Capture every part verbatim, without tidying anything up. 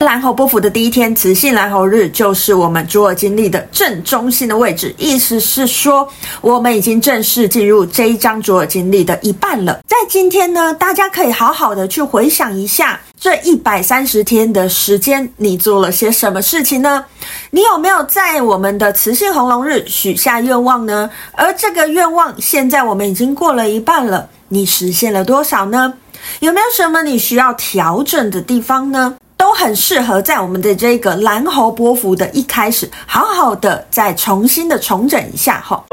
蓝猴波符的第一天，磁性蓝猴日，就是我们主尔金历的正中心的位置，意思是说我们已经正式进入这一张主尔金历的一半了。在今天呢，大家可以好好的去回想一下这一百三十天的时间，你做了些什么事情呢？你有没有在我们的磁性红龙日许下愿望呢？而这个愿望现在我们已经过了一半了，你实现了多少呢？有没有什么你需要调整的地方呢？都很适合在我们的这个蓝猴波符的一开始，好好的再重新的重整一下齁。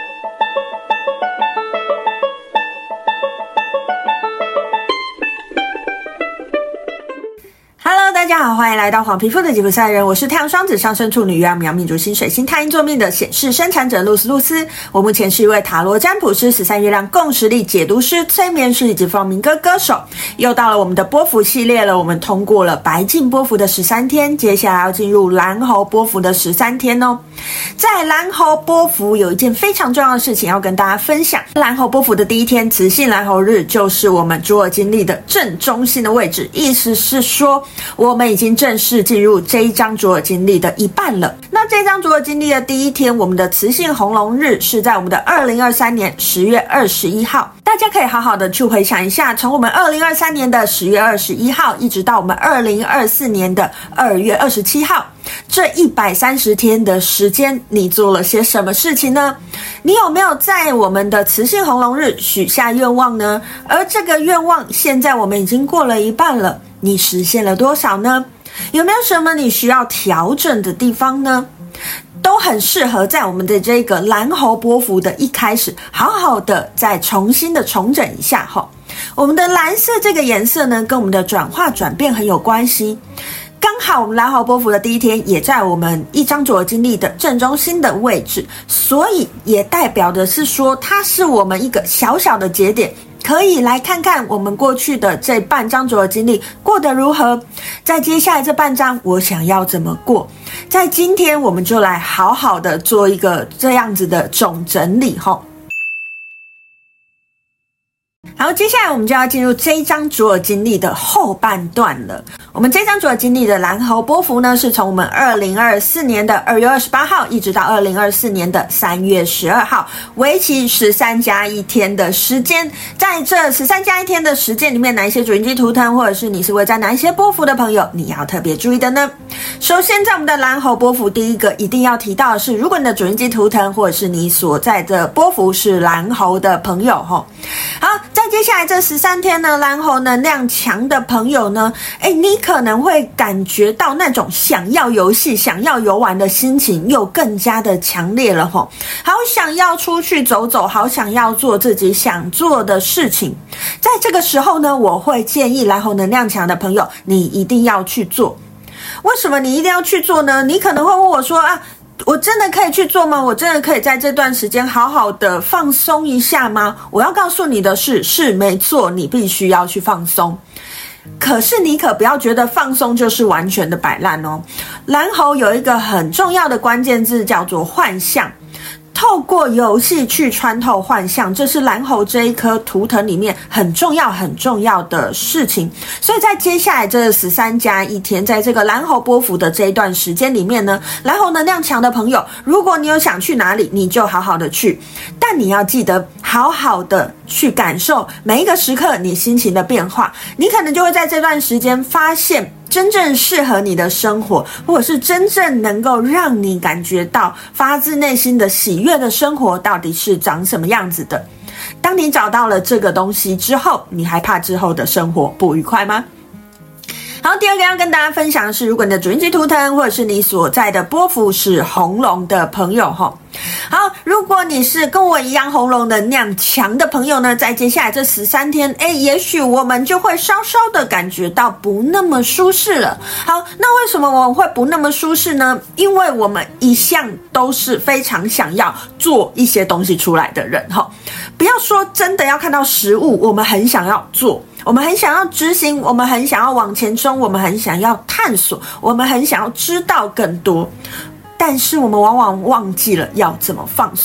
大家好，欢迎来到黄皮肤的吉普赛人，我是太阳双子上升处女月亮苗命主星水星太阴座命的显示生产者露丝露丝。我目前是一位塔罗占卜师、十三月亮共识力解读师、催眠师以及放民歌歌手。又到了我们的波符系列了，我们通过了白镜波符的十三天，接下来要进入蓝猴波符的十三天哦。在蓝猴波符有一件非常重要的事情要跟大家分享。蓝猴波符的第一天，磁性蓝猴日，就是我们主尔金历的正中心的位置，意思是说我们已经正式进入这一张主尔金历的一半了。那这张主尔金历的第一天，我们的磁性红龙日是在我们的二零二三年十月二十一号。大家可以好好的去回想一下，从我们二零二三年的十月二十一号一直到我们二零二四年的二月二十七号，这一百三十天的时间，你做了些什么事情呢？你有没有在我们的磁性红龙日许下愿望呢？而这个愿望现在我们已经过了一半了，你实现了多少呢？有没有什么你需要调整的地方呢？都很适合在我们的这个蓝猴波符的一开始，好好的再重新的重整一下齁。我们的蓝色这个颜色呢，跟我们的转化转变很有关系。刚好我们蓝猴波符的第一天也在我们一张主尔金历的正中心的位置，所以也代表的是说它是我们一个小小的节点，可以来看看我们过去的这半张主尔金历过得如何，在接下来这半张我想要怎么过。在今天我们就来好好的做一个这样子的总整理齁。好，接下来我们就要进入这一张主尔金历的后半段了。我们这张主尔金历的蓝猴波符呢，是从我们二零二四年的二月二十八号一直到二零二四年的三月十二号，为期十三加一天的时间。在这十三加一天的时间里面，哪一些主印记图腾或者是你是位在哪一些波符的朋友，你要特别注意的呢？首先在我们的蓝猴波符，第一个一定要提到的是，如果你的主印记图腾或者是你所在的波符是蓝猴的朋友齁。好，在接下来这十三天呢，蓝猴能量强的朋友呢，诶，你可能会感觉到那种想要游戏、想要游玩的心情又更加的强烈了齁。好想要出去走走，好想要做自己想做的事情。在这个时候呢，我会建议蓝猴能量强的朋友，你一定要去做。为什么你一定要去做呢？你可能会问我说啊，我真的可以去做吗？我真的可以在这段时间好好的放松一下吗？我要告诉你的是，是没错，你必须要去放松。可是你可不要觉得放松就是完全的摆烂哦。蓝猴有一个很重要的关键字叫做幻象。透过游戏去穿透幻象，这是蓝猴这一颗图腾里面很重要很重要的事情。所以在接下来这十三加一天，在这个蓝猴波符的这一段时间里面呢，蓝猴能量强的朋友，如果你有想去哪里，你就好好的去，但你要记得好好的去感受每一个时刻你心情的变化。你可能就会在这段时间发现真正适合你的生活，或者是真正能够让你感觉到发自内心的喜悦的生活到底是长什么样子的。当你找到了这个东西之后，你还怕之后的生活不愉快吗？好，第二个要跟大家分享的是，如果你的主印记图腾或者是你所在的波符是红龙的朋友齁。好，如果你是跟我一样红龙能量强的朋友呢，在接下来这十三天，诶，也许我们就会稍稍的感觉到不那么舒适了。好，那为什么我们会不那么舒适呢？因为我们一向都是非常想要做一些东西出来的人齁。不要说真的要看到实物，我们很想要做，我们很想要执行，我们很想要往前冲，我们很想要探索，我们很想要知道更多。但是我们往往忘记了要怎么放松。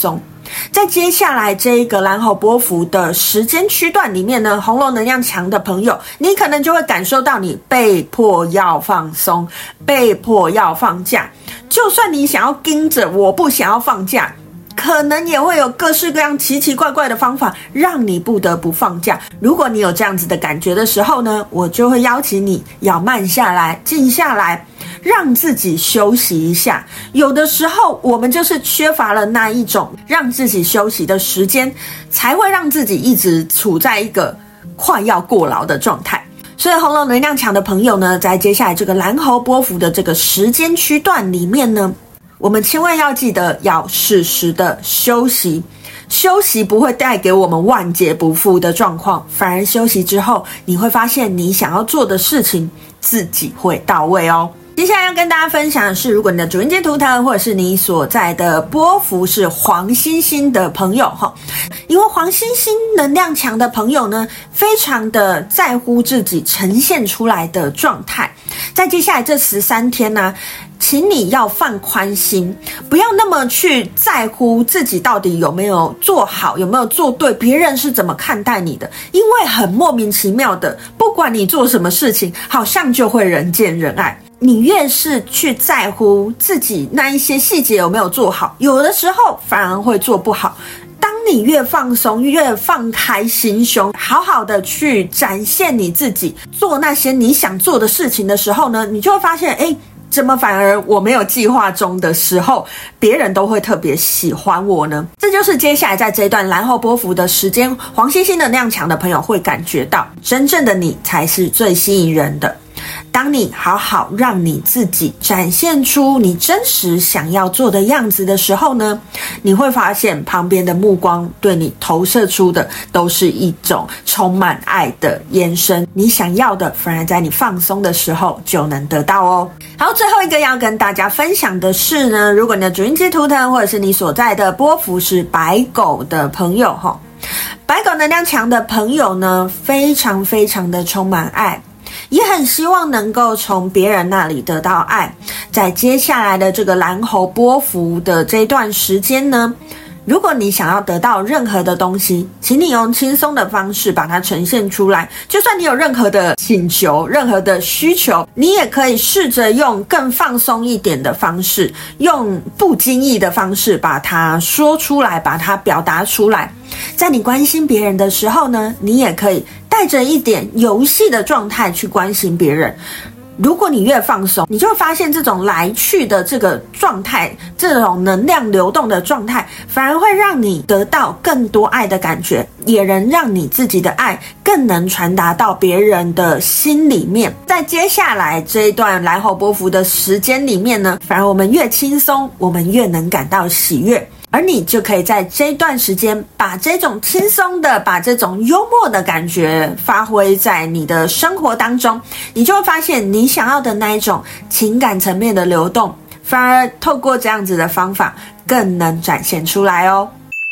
在接下来这一个蓝猴波符的时间区段里面呢，红龙能量强的朋友，你可能就会感受到你被迫要放松，被迫要放假。就算你想要盯着我不想要放假，可能也会有各式各样奇奇怪怪的方法让你不得不放假。如果你有这样子的感觉的时候呢，我就会邀请你要慢下来，静下来，让自己休息一下。有的时候我们就是缺乏了那一种让自己休息的时间，才会让自己一直处在一个快要过劳的状态。所以红龙能量强的朋友呢，在接下来这个蓝猴波符的这个时间区段里面呢，我们千万要记得要适时的休息。休息不会带给我们万劫不复的状况，反而休息之后，你会发现你想要做的事情自己会到位哦。接下来要跟大家分享的是，如果你的主音阶图腾或者是你所在的波符是黄星星的朋友哈，因为黄星星能量强的朋友呢，非常的在乎自己呈现出来的状态。在接下来这十三天呢、啊，请你要放宽心，不要那么去在乎自己到底有没有做好，有没有做对，别人是怎么看待你的。因为很莫名其妙的，不管你做什么事情，好像就会人见人爱。你越是去在乎自己那一些细节有没有做好，有的时候反而会做不好。当你越放松，越放开心胸，好好的去展现你自己，做那些你想做的事情的时候呢，你就会发现，诶，怎么反而我没有计划中的时候，别人都会特别喜欢我呢？这就是接下来在这一段蓝猴波符的时间，黄星星能量强的朋友会感觉到，真正的你才是最吸引人的。当你好好让你自己展现出你真实想要做的样子的时候呢，你会发现旁边的目光对你投射出的都是一种充满爱的眼神，你想要的反而在你放松的时候就能得到哦。好，最后一个要跟大家分享的是呢，如果你的主音阶图腾或者是你所在的波符是白狗的朋友哈，白狗能量强的朋友呢，非常非常的充满爱，也很希望能够从别人那里得到爱。在接下来的这个蓝猴波符的这段时间呢，如果你想要得到任何的东西，请你用轻松的方式把它呈现出来。就算你有任何的请求，任何的需求，你也可以试着用更放松一点的方式，用不经意的方式把它说出来，把它表达出来。在你关心别人的时候呢，你也可以带着一点游戏的状态去关心别人。如果你越放松，你就会发现这种来去的这个状态，这种能量流动的状态，反而会让你得到更多爱的感觉，也能让你自己的爱更能传达到别人的心里面。在接下来这一段蓝猴波符的时间里面呢，反而我们越轻松，我们越能感到喜悦。而你就可以在这段时间把这种轻松的，把这种幽默的感觉发挥在你的生活当中，你就会发现你想要的那一种情感层面的流动，反而透过这样子的方法更能展现出来哦。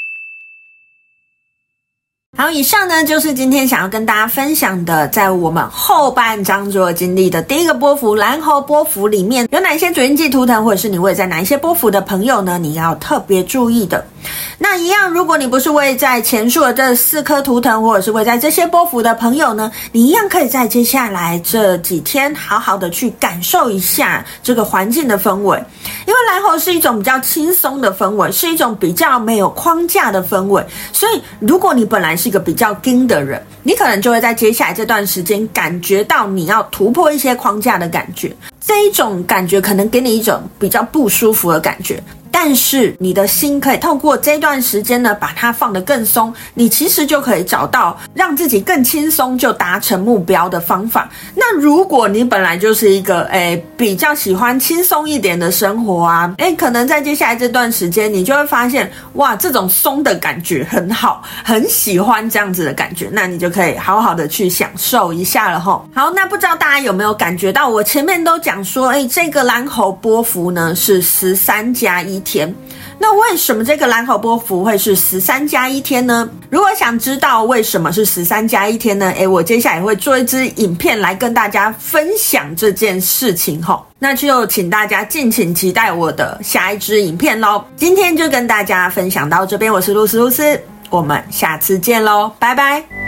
好，以上呢就是今天想要跟大家分享的，在我们后半章所经历的第一个波符蓝猴波符里面，有哪一些主印记图腾，或者是你位在哪一些波符的朋友呢，你要特别注意的。那一样，如果你不是位在前述的这四颗图腾，或者是位在这些波符的朋友呢，你一样可以在接下来这几天好好的去感受一下这个环境的氛围。因为蓝猴是一种比较轻松的氛围，是一种比较没有框架的氛围，所以如果你本来是一个比较硬的人，你可能就会在接下来这段时间感觉到你要突破一些框架的感觉，这一种感觉可能给你一种比较不舒服的感觉。但是你的心可以透过这段时间呢，把它放得更松，你其实就可以找到让自己更轻松就达成目标的方法。那如果你本来就是一个诶比较喜欢轻松一点的生活啊，诶可能在接下来这段时间你就会发现，哇，这种松的感觉很好，很喜欢这样子的感觉，那你就可以好好的去享受一下了齁。好，那不知道大家有没有感觉到，我前面都讲说，诶这个蓝猴波符呢是十三加一天天。那为什么这个蓝猴波符会是十三加一天呢？如果想知道为什么是十三加一天呢？诶，我接下来会做一支影片来跟大家分享这件事情吼。那就请大家敬请期待我的下一支影片咯。今天就跟大家分享到这边，我是露丝露丝，我们下次见咯，拜拜。